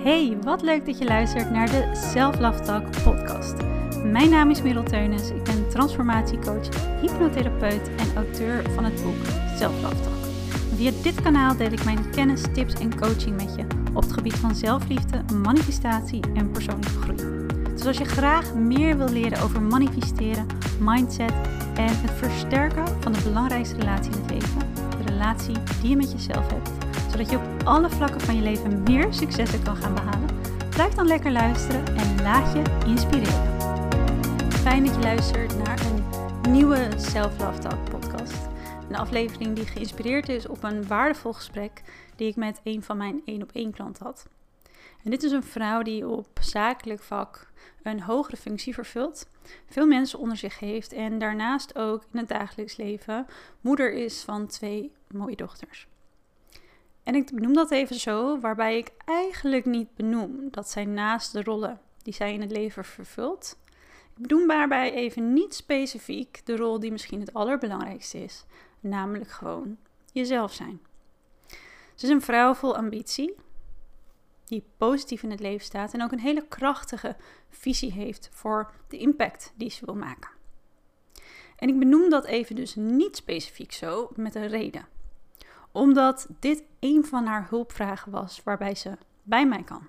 Hey, wat leuk dat je luistert naar de Self Love Talk podcast. Mijn naam is Merel Teunis, ik ben transformatiecoach, hypnotherapeut en auteur van het boek Self Love Talk. Via dit kanaal deel ik mijn kennis, tips en coaching met je op het gebied van zelfliefde, manifestatie en persoonlijke groei. Dus als je graag meer wil leren over manifesteren, mindset en het versterken van de belangrijkste relatie in het leven, de relatie die je met jezelf hebt, zodat je op alle vlakken van je leven meer successen kan gaan behalen, blijf dan lekker luisteren en laat je inspireren. Fijn dat je luistert naar een nieuwe Self Love Talk podcast. Een aflevering die geïnspireerd is op een waardevol gesprek die ik met een van mijn 1-op-1 klanten had. En dit is een vrouw die op zakelijk vlak een hogere functie vervult, veel mensen onder zich heeft en daarnaast ook in het dagelijks leven moeder is van 2 mooie dochters. En ik benoem dat even zo, waarbij ik eigenlijk niet benoem dat zij naast de rollen die zij in het leven vervult, ik benoem daarbij even niet specifiek de rol die misschien het allerbelangrijkste is, namelijk gewoon jezelf zijn. Ze is een vrouw vol ambitie, die positief in het leven staat en ook een hele krachtige visie heeft voor de impact die ze wil maken. En ik benoem dat even dus niet specifiek zo met een reden. Omdat dit een van haar hulpvragen was waarbij ze bij mij kan.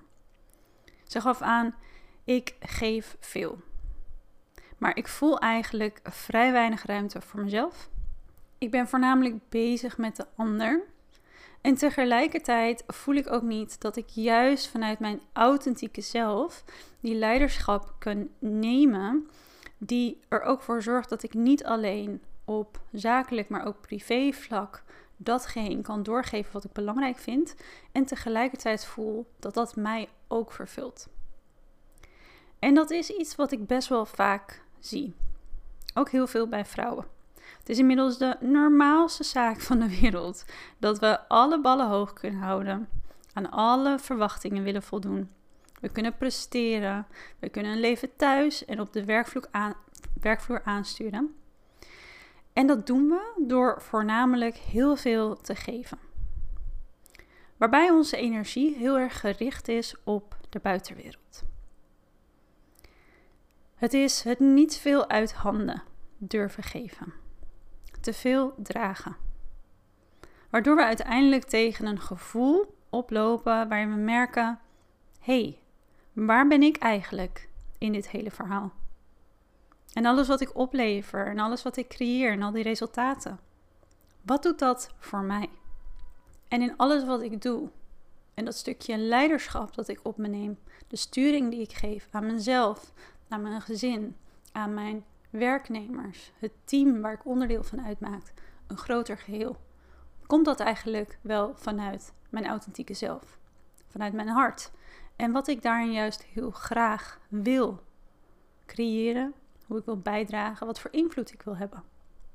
Ze gaf aan, ik geef veel. Maar ik voel eigenlijk vrij weinig ruimte voor mezelf. Ik ben voornamelijk bezig met de ander. En tegelijkertijd voel ik ook niet dat ik juist vanuit mijn authentieke zelf die leiderschap kan nemen, die er ook voor zorgt dat ik niet alleen op zakelijk, maar ook privé vlak datgene kan doorgeven wat ik belangrijk vind en tegelijkertijd voel dat dat mij ook vervult. En dat is iets wat ik best wel vaak zie. Ook heel veel bij vrouwen. Het is inmiddels de normaalste zaak van de wereld dat we alle ballen hoog kunnen houden, aan alle verwachtingen willen voldoen. We kunnen presteren, we kunnen een leven thuis en op de werkvloer aansturen. En dat doen we door voornamelijk heel veel te geven. Waarbij onze energie heel erg gericht is op de buitenwereld. Het is het niet veel uit handen durven geven. Te veel dragen. Waardoor we uiteindelijk tegen een gevoel oplopen waarin we merken, hé, waar ben ik eigenlijk in dit hele verhaal? En alles wat ik oplever en alles wat ik creëer en al die resultaten. Wat doet dat voor mij? En in alles wat ik doe, en dat stukje leiderschap dat ik op me neem, de sturing die ik geef aan mezelf, aan mijn gezin, aan mijn werknemers, het team waar ik onderdeel van uitmaak, een groter geheel. Komt dat eigenlijk wel vanuit mijn authentieke zelf, vanuit mijn hart. En wat ik daarin juist heel graag wil creëren, hoe ik wil bijdragen, wat voor invloed ik wil hebben.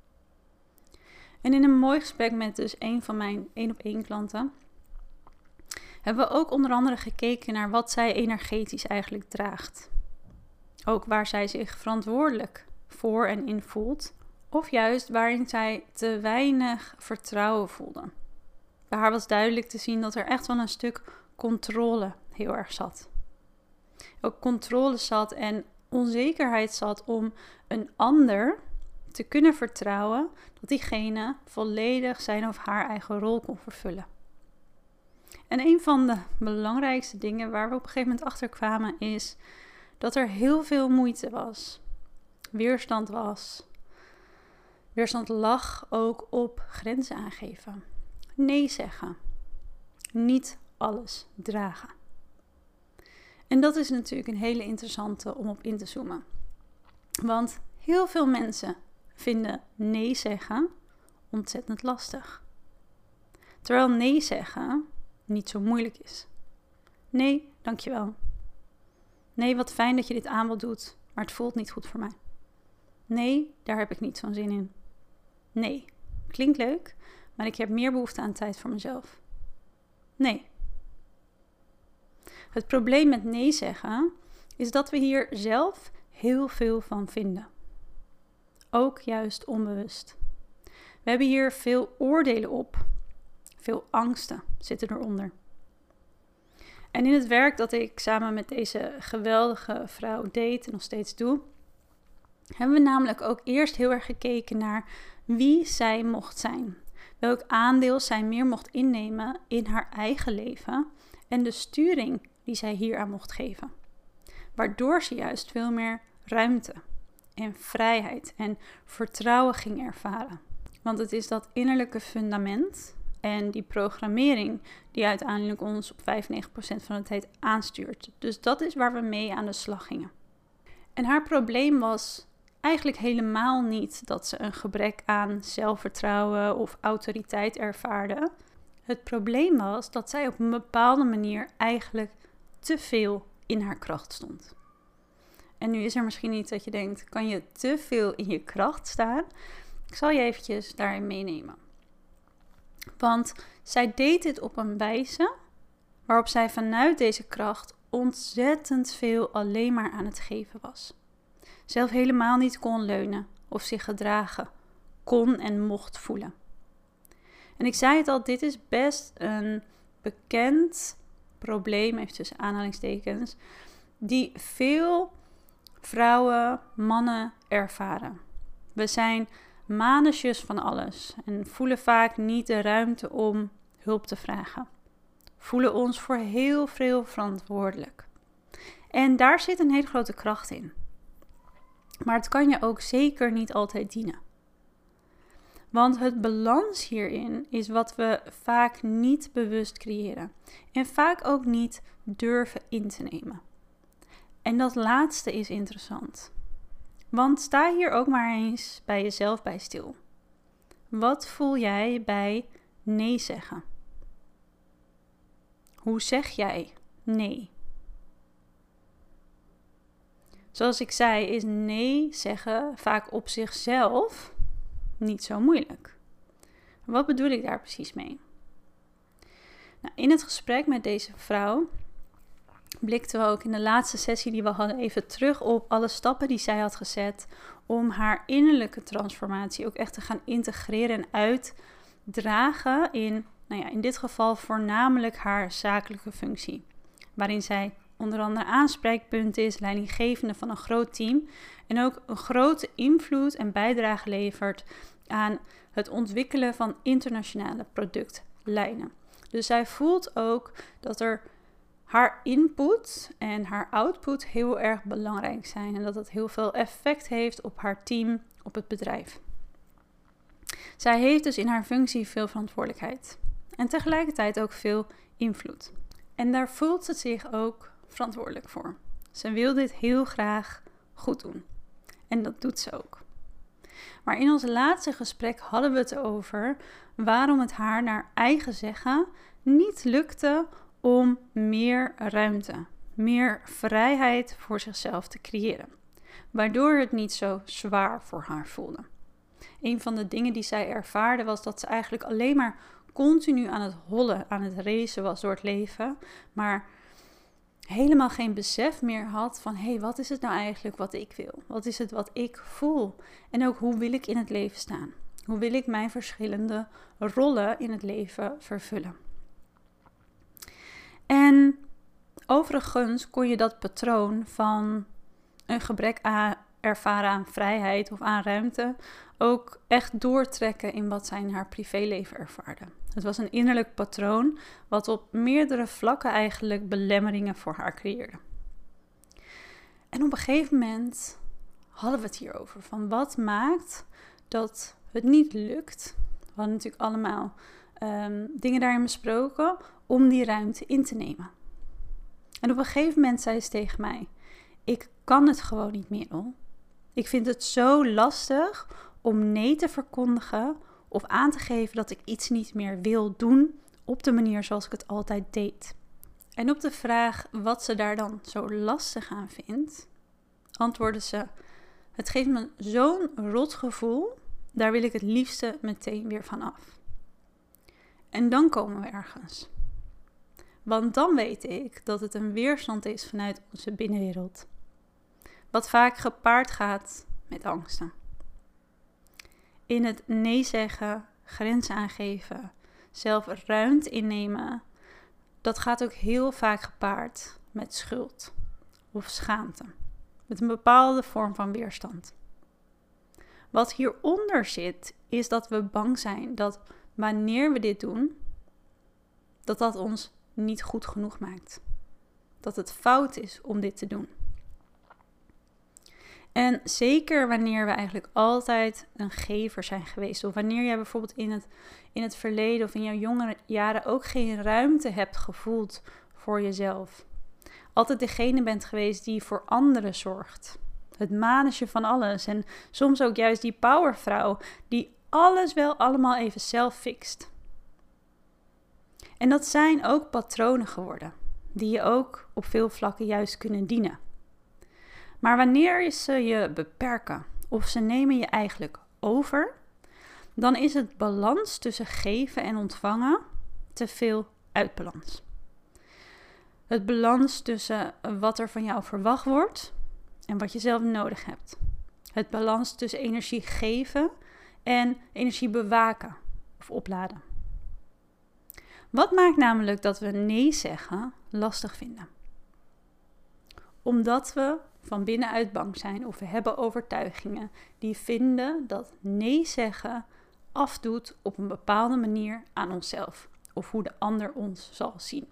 En in een mooi gesprek met dus een van mijn 1-op-1 klanten, hebben we ook onder andere gekeken naar wat zij energetisch eigenlijk draagt. Ook waar zij zich verantwoordelijk voor en in voelt, of juist waarin zij te weinig vertrouwen voelde. Bij haar was duidelijk te zien dat er echt wel een stuk controle heel erg zat. Ook controle zat en onzekerheid zat om een ander te kunnen vertrouwen dat diegene volledig zijn of haar eigen rol kon vervullen. En een van de belangrijkste dingen waar we op een gegeven moment achter kwamen is dat er heel veel moeite was. Weerstand was. Weerstand lag ook op grenzen aangeven. Nee zeggen. Niet alles dragen. En dat is natuurlijk een hele interessante om op in te zoomen. Want heel veel mensen vinden nee zeggen ontzettend lastig. Terwijl nee zeggen niet zo moeilijk is. Nee, dankjewel. Nee, wat fijn dat je dit aanbod doet, maar het voelt niet goed voor mij. Nee, daar heb ik niet zo'n zin in. Nee, klinkt leuk, maar ik heb meer behoefte aan tijd voor mezelf. Nee. Het probleem met nee zeggen is dat we hier zelf heel veel van vinden. Ook juist onbewust. We hebben hier veel oordelen op. Veel angsten zitten eronder. En in het werk dat ik samen met deze geweldige vrouw deed en nog steeds doe, hebben we namelijk ook eerst heel erg gekeken naar wie zij mocht zijn. Welk aandeel zij meer mocht innemen in haar eigen leven en de sturing die zij hieraan mocht geven. Waardoor ze juist veel meer ruimte en vrijheid en vertrouwen ging ervaren. Want het is dat innerlijke fundament en die programmering die uiteindelijk ons op 95% van de tijd aanstuurt. Dus dat is waar we mee aan de slag gingen. En haar probleem was eigenlijk helemaal niet dat ze een gebrek aan zelfvertrouwen of autoriteit ervaarde. Het probleem was dat zij op een bepaalde manier eigenlijk te veel in haar kracht stond. En nu is er misschien iets dat je denkt, kan je te veel in je kracht staan? Ik zal je eventjes daarin meenemen. Want zij deed dit op een wijze waarop zij vanuit deze kracht ontzettend veel alleen maar aan het geven was. Zelf helemaal niet kon leunen of zich gedragen, kon en mocht voelen. En ik zei het al, dit is best een bekend probleem, even tussen aanhalingstekens, die veel vrouwen, mannen ervaren. We zijn manetjes van alles en voelen vaak niet de ruimte om hulp te vragen. Voelen ons voor heel veel verantwoordelijk. En daar zit een hele grote kracht in. Maar het kan je ook zeker niet altijd dienen. Want het balans hierin is wat we vaak niet bewust creëren. En vaak ook niet durven in te nemen. En dat laatste is interessant. Want sta hier ook maar eens bij jezelf bij stil. Wat voel jij bij nee zeggen? Hoe zeg jij nee? Zoals ik zei, is nee zeggen vaak op zichzelf niet zo moeilijk. Wat bedoel ik daar precies mee? Nou, in het gesprek met deze vrouw blikten we ook in de laatste sessie die we hadden even terug op alle stappen die zij had gezet om haar innerlijke transformatie ook echt te gaan integreren en uitdragen in dit geval voornamelijk haar zakelijke functie. Waarin zij onder andere aanspreekpunt is, leidinggevende van een groot team en ook een grote invloed en bijdrage levert aan het ontwikkelen van internationale productlijnen. Dus zij voelt ook dat er haar input en haar output heel erg belangrijk zijn en dat het heel veel effect heeft op haar team, op het bedrijf. Zij heeft dus in haar functie veel verantwoordelijkheid en tegelijkertijd ook veel invloed. En daar voelt ze zich ook verantwoordelijk voor. Ze wil dit heel graag goed doen. En dat doet ze ook. Maar in ons laatste gesprek hadden we het over waarom het haar naar eigen zeggen niet lukte om meer ruimte, meer vrijheid voor zichzelf te creëren. Waardoor het niet zo zwaar voor haar voelde. Een van de dingen die zij ervaarde was dat ze eigenlijk alleen maar continu aan het hollen, aan het racen was door het leven. Maar helemaal geen besef meer had van wat is het nou eigenlijk wat ik wil? Wat is het wat ik voel? En ook hoe wil ik in het leven staan? Hoe wil ik mijn verschillende rollen in het leven vervullen? En overigens kon je dat patroon van een gebrek ervaren aan vrijheid of aan ruimte ook echt doortrekken in wat zij in haar privéleven ervaarde. Het was een innerlijk patroon wat op meerdere vlakken eigenlijk belemmeringen voor haar creëerde. En op een gegeven moment hadden we het hierover. Van wat maakt dat het niet lukt? We hadden natuurlijk allemaal dingen daarin besproken om die ruimte in te nemen. En op een gegeven moment zei ze tegen mij: ik kan het gewoon niet meer, Merel. Ik vind het zo lastig om nee te verkondigen of aan te geven dat ik iets niet meer wil doen op de manier zoals ik het altijd deed. En op de vraag wat ze daar dan zo lastig aan vindt, antwoordde ze: het geeft me zo'n rot gevoel, daar wil ik het liefste meteen weer van af. En dan komen we ergens. Want dan weet ik dat het een weerstand is vanuit onze binnenwereld. Wat vaak gepaard gaat met angsten. In het nee zeggen, grenzen aangeven, zelf ruimte innemen, dat gaat ook heel vaak gepaard met schuld of schaamte. Met een bepaalde vorm van weerstand. Wat hieronder zit, is dat we bang zijn dat wanneer we dit doen, dat ons niet goed genoeg maakt. Dat het fout is om dit te doen. En zeker wanneer we eigenlijk altijd een gever zijn geweest. Of wanneer jij bijvoorbeeld in het verleden of in jouw jongere jaren ook geen ruimte hebt gevoeld voor jezelf. Altijd degene bent geweest die voor anderen zorgt. Het manetje van alles. En soms ook juist die powervrouw die alles wel allemaal even zelf fixt. En dat zijn ook patronen geworden. Die je ook op veel vlakken juist kunnen dienen. Maar wanneer ze je beperken of ze nemen je eigenlijk over, dan is het balans tussen geven en ontvangen te veel uit balans. Het balans tussen wat er van jou verwacht wordt en wat je zelf nodig hebt. Het balans tussen energie geven en energie bewaken of opladen. Wat maakt namelijk dat we nee zeggen lastig vinden? Omdat we van binnenuit bang zijn of we hebben overtuigingen die vinden dat nee zeggen afdoet op een bepaalde manier aan onszelf of hoe de ander ons zal zien.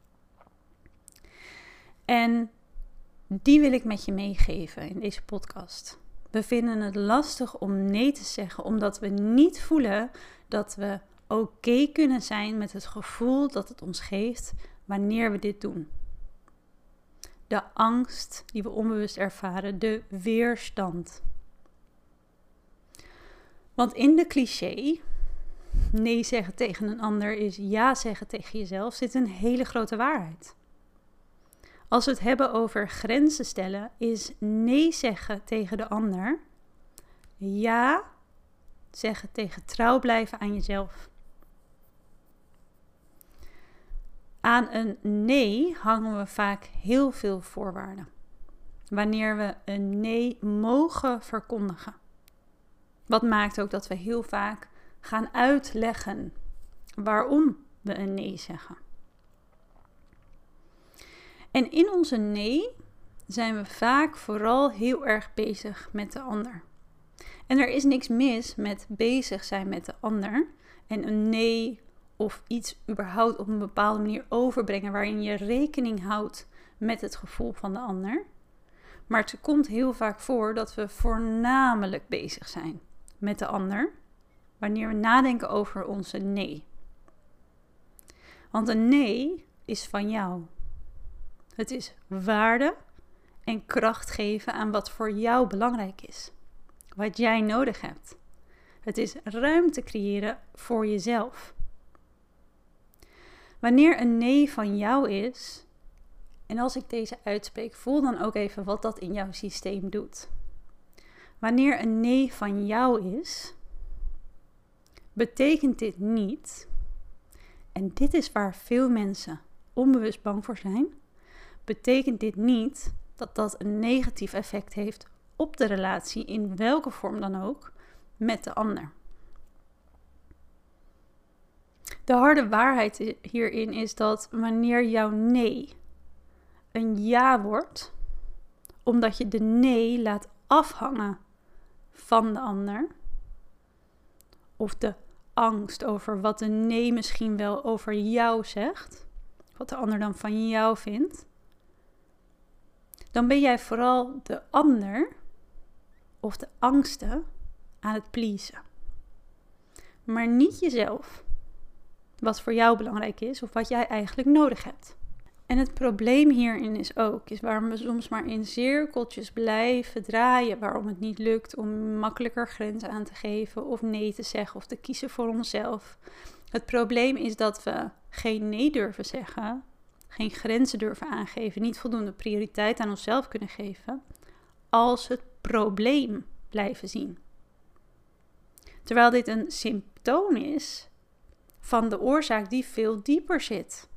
En die wil ik met je meegeven in deze podcast. We vinden het lastig om nee te zeggen omdat we niet voelen dat we oké kunnen zijn met het gevoel dat het ons geeft wanneer we dit doen. De angst die we onbewust ervaren, de weerstand. Want in de cliché, nee zeggen tegen een ander is ja zeggen tegen jezelf, zit een hele grote waarheid. Als we het hebben over grenzen stellen, is nee zeggen tegen de ander, ja zeggen tegen trouw blijven aan jezelf. Aan een nee hangen we vaak heel veel voorwaarden. Wanneer we een nee mogen verkondigen. Wat maakt ook dat we heel vaak gaan uitleggen waarom we een nee zeggen. En in onze nee zijn we vaak vooral heel erg bezig met de ander. En er is niks mis met bezig zijn met de ander en een nee of iets überhaupt op een bepaalde manier overbrengen waarin je rekening houdt met het gevoel van de ander. Maar het komt heel vaak voor dat we voornamelijk bezig zijn met de ander wanneer we nadenken over onze nee. Want een nee is van jou. Het is waarde en kracht geven aan wat voor jou belangrijk is. Wat jij nodig hebt. Het is ruimte creëren voor jezelf. Wanneer een nee van jou is, en als ik deze uitspreek, voel dan ook even wat dat in jouw systeem doet. Wanneer een nee van jou is, betekent dit niet, en dit is waar veel mensen onbewust bang voor zijn, betekent dit niet dat dat een negatief effect heeft op de relatie, in welke vorm dan ook, met de ander. De harde waarheid hierin is dat wanneer jouw nee een ja wordt, omdat je de nee laat afhangen van de ander, of de angst over wat de nee misschien wel over jou zegt, wat de ander dan van jou vindt, dan ben jij vooral de ander of de angsten aan het pleasen. Maar niet jezelf. Wat voor jou belangrijk is of wat jij eigenlijk nodig hebt. En het probleem hierin is waarom we soms maar in cirkeltjes blijven draaien. Waarom het niet lukt om makkelijker grenzen aan te geven of nee te zeggen of te kiezen voor onszelf. Het probleem is dat we geen nee durven zeggen, geen grenzen durven aangeven, niet voldoende prioriteit aan onszelf kunnen geven, als het probleem blijven zien. Terwijl dit een symptoom is van de oorzaak die veel dieper zit.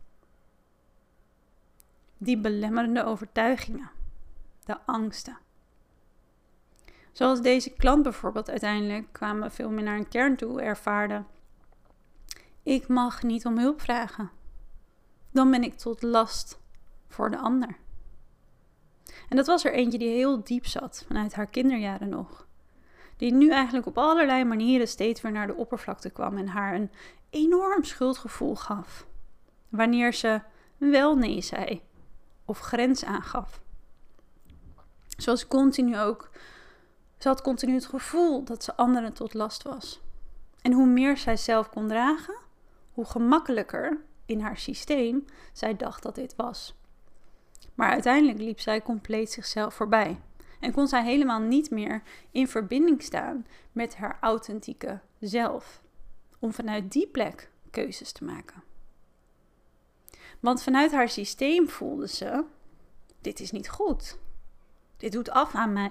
Die belemmerende overtuigingen, de angsten. Zoals deze klant bijvoorbeeld uiteindelijk kwamen veel meer naar een kern toe ervaarde. Ik mag niet om hulp vragen. dan ben ik tot last voor de ander. En dat was er eentje die heel diep zat, vanuit haar kinderjaren nog. Die nu eigenlijk op allerlei manieren steeds weer naar de oppervlakte kwam en haar een enorm schuldgevoel gaf. Wanneer ze wel nee zei of grens aangaf. Zoals ze had continu het gevoel dat ze anderen tot last was. En hoe meer zij zelf kon dragen, hoe gemakkelijker in haar systeem zij dacht dat dit was. Maar uiteindelijk liep zij compleet zichzelf voorbij. En kon zij helemaal niet meer in verbinding staan met haar authentieke zelf. Om vanuit die plek keuzes te maken. Want vanuit haar systeem voelde ze, dit is niet goed. Dit doet af aan mij.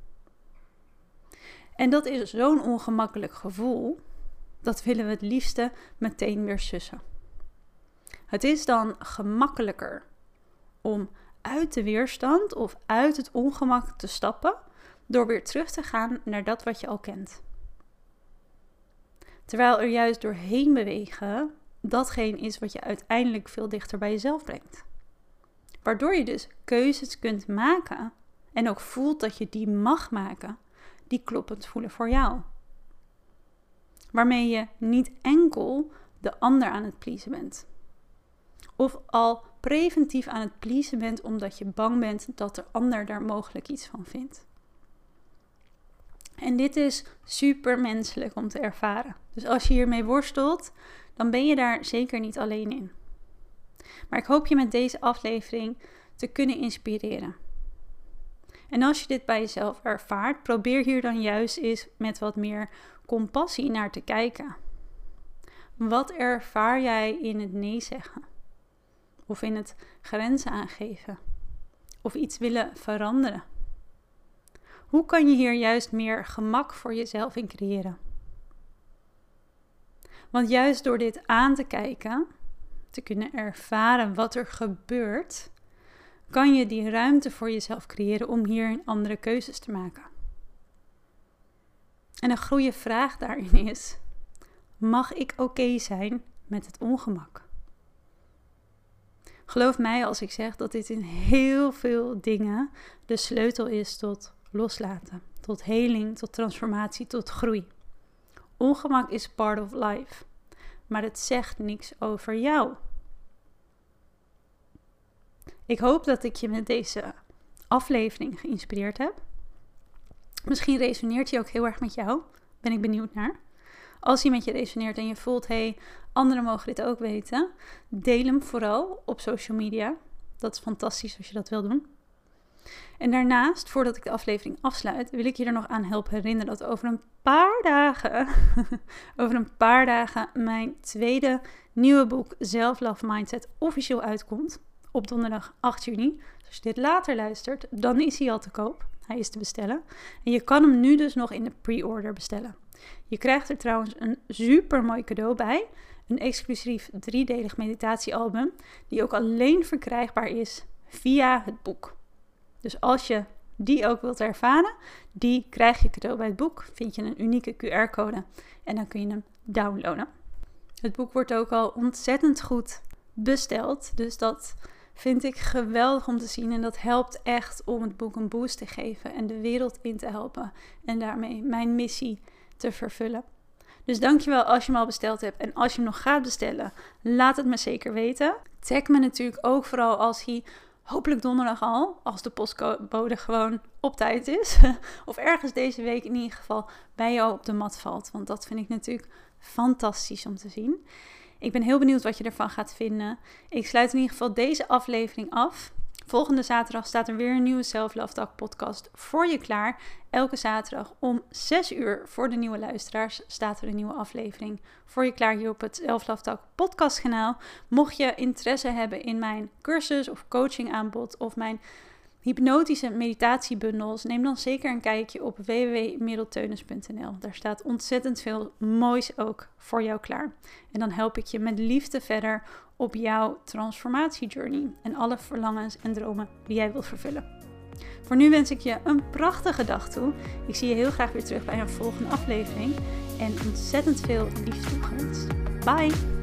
En dat is zo'n ongemakkelijk gevoel, dat willen we het liefste meteen weer sussen. Het is dan gemakkelijker om uit de weerstand of uit het ongemak te stappen, door weer terug te gaan naar dat wat je al kent. Terwijl er juist doorheen bewegen, datgene is wat je uiteindelijk veel dichter bij jezelf brengt. Waardoor je dus keuzes kunt maken en ook voelt dat je die mag maken, die kloppend voelen voor jou. Waarmee je niet enkel de ander aan het pleasen bent. Of al preventief aan het pleasen bent omdat je bang bent dat de ander daar mogelijk iets van vindt. En dit is super menselijk om te ervaren. Dus als je hiermee worstelt, dan ben je daar zeker niet alleen in. Maar ik hoop je met deze aflevering te kunnen inspireren. En als je dit bij jezelf ervaart, probeer hier dan juist eens met wat meer compassie naar te kijken. Wat ervaar jij in het nee zeggen? Of in het grenzen aangeven? Of iets willen veranderen? Hoe kan je hier juist meer gemak voor jezelf in creëren? Want juist door dit aan te kijken, te kunnen ervaren wat er gebeurt, kan je die ruimte voor jezelf creëren om hierin andere keuzes te maken. En een goede vraag daarin is, mag ik oké zijn met het ongemak? Geloof mij als ik zeg dat dit in heel veel dingen de sleutel is tot loslaten, tot heling, tot transformatie, tot groei. Ongemak is part of life, maar het zegt niks over jou. Ik hoop dat ik je met deze aflevering geïnspireerd heb. Misschien resoneert hij ook heel erg met jou. Ben ik benieuwd naar. Als hij met je resoneert en je voelt, anderen mogen dit ook weten. Deel hem vooral op social media. Dat is fantastisch als je dat wil doen. En daarnaast, voordat ik de aflevering afsluit, wil ik je er nog aan helpen herinneren dat over een paar dagen mijn tweede nieuwe boek Self-Love Mindset officieel uitkomt. Op donderdag 8 juni. Dus als je dit later luistert, dan is hij al te koop. Hij is te bestellen. En je kan hem nu dus nog in de pre-order bestellen. Je krijgt er trouwens een super mooi cadeau bij. Een exclusief 3-delig meditatiealbum. Die ook alleen verkrijgbaar is via het boek. Dus als je die ook wilt ervaren, die krijg je cadeau bij het boek. Vind je een unieke QR-code en dan kun je hem downloaden. Het boek wordt ook al ontzettend goed besteld. Dus dat vind ik geweldig om te zien. En dat helpt echt om het boek een boost te geven en de wereld in te helpen. En daarmee mijn missie te vervullen. Dus dankjewel als je hem al besteld hebt. En als je hem nog gaat bestellen, laat het me zeker weten. Tag me natuurlijk ook vooral als hij hopelijk donderdag al, als de postbode gewoon op tijd is. Of ergens deze week in ieder geval bij jou op de mat valt. Want dat vind ik natuurlijk fantastisch om te zien. Ik ben heel benieuwd wat je ervan gaat vinden. Ik sluit in ieder geval deze aflevering af. Volgende zaterdag staat er weer een nieuwe Self-Love Talk podcast voor je klaar. Elke zaterdag om 6 uur voor de nieuwe luisteraars staat er een nieuwe aflevering voor je klaar hier op het Self-Love Talk podcast kanaal. Mocht je interesse hebben in mijn cursus of coaching aanbod of mijn hypnotische meditatiebundels, neem dan zeker een kijkje op www.merelteunis.nl. Daar staat ontzettend veel moois ook voor jou klaar. En dan help ik je met liefde verder op jouw transformatiejourney en alle verlangens en dromen die jij wilt vervullen. Voor nu wens ik je een prachtige dag toe. Ik zie je heel graag weer terug bij een volgende aflevering. En ontzettend veel liefde toegewenst. Bye!